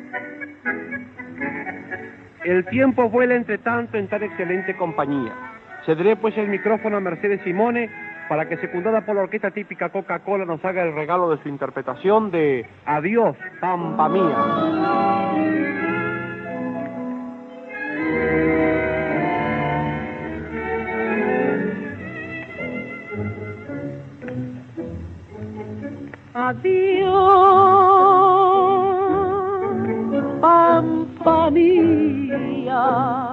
El tiempo vuela entre tanto en tan excelente compañía. Cederé pues el micrófono a Mercedes Simone para que, secundada por la orquesta típica Coca-Cola, nos haga el regalo de su interpretación de Adiós, Pampa Mía. Adiós, Pampa mía,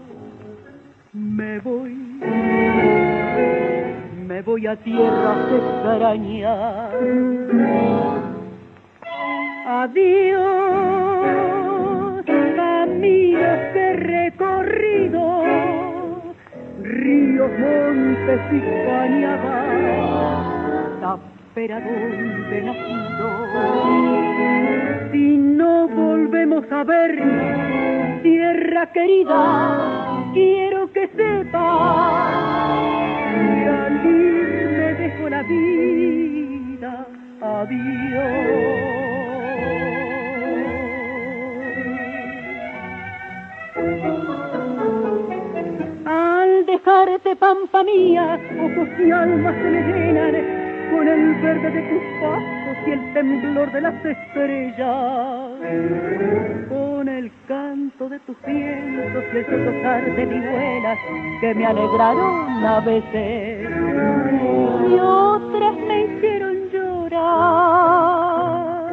me voy a tierras extrañas. Adiós, caminos que he recorrido, ríos, montes y cañadas, pero donde nacido. Si no volvemos a vernos, tierra querida, quiero que sepas que al ir me dejo la vida. Adiós. Al dejarte, Pampa mía, ojos y almas se me llenan con el verde de tus pastos y el temblor de las estrellas, con el canto de tus vientos y el sollozar de vihuelas que me alegraron a veces y otras me hicieron llorar.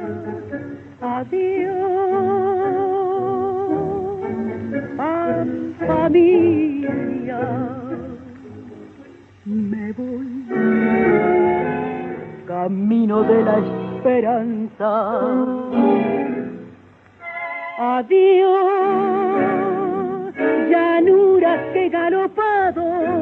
Adiós, Pampa mía, me voy camino de la esperanza. Adiós, llanuras que he galopado,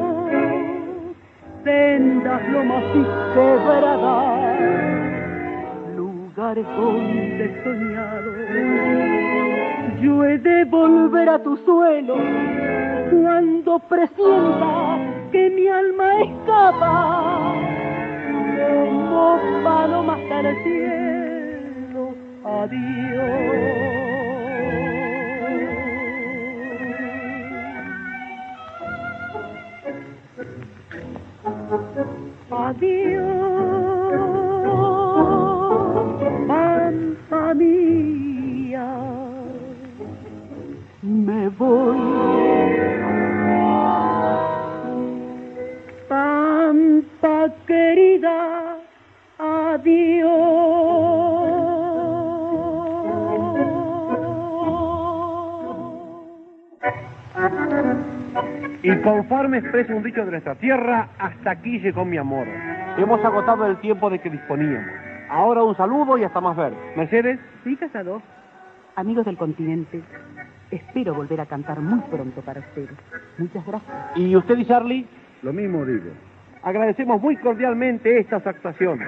sendas, lomas y quebradas, lugares donde he soñado. Yo he de volver a tu suelo cuando presienta que mi alma escapa como palomas al cielo. Adiós. Adiós, Pampa mía, me voy. Pampa querida, adiós. Y conforme expresa un dicho de nuestra tierra, hasta aquí llegó mi amor. Hemos agotado el tiempo de que disponíamos. Ahora un saludo y hasta más ver. Mercedes. Sí, Casado. Amigos del continente, espero volver a cantar muy pronto para ustedes. Muchas gracias. ¿Y usted y Charlie? Lo mismo digo. Agradecemos muy cordialmente estas actuaciones.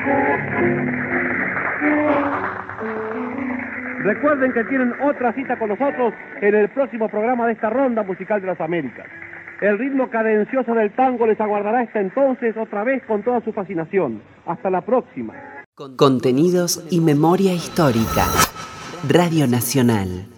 Recuerden que tienen otra cita con nosotros en el próximo programa de esta ronda musical de las Américas. El ritmo cadencioso del tango les aguardará hasta entonces otra vez con toda su fascinación. Hasta la próxima. Contenidos y memoria histórica. Radio Nacional.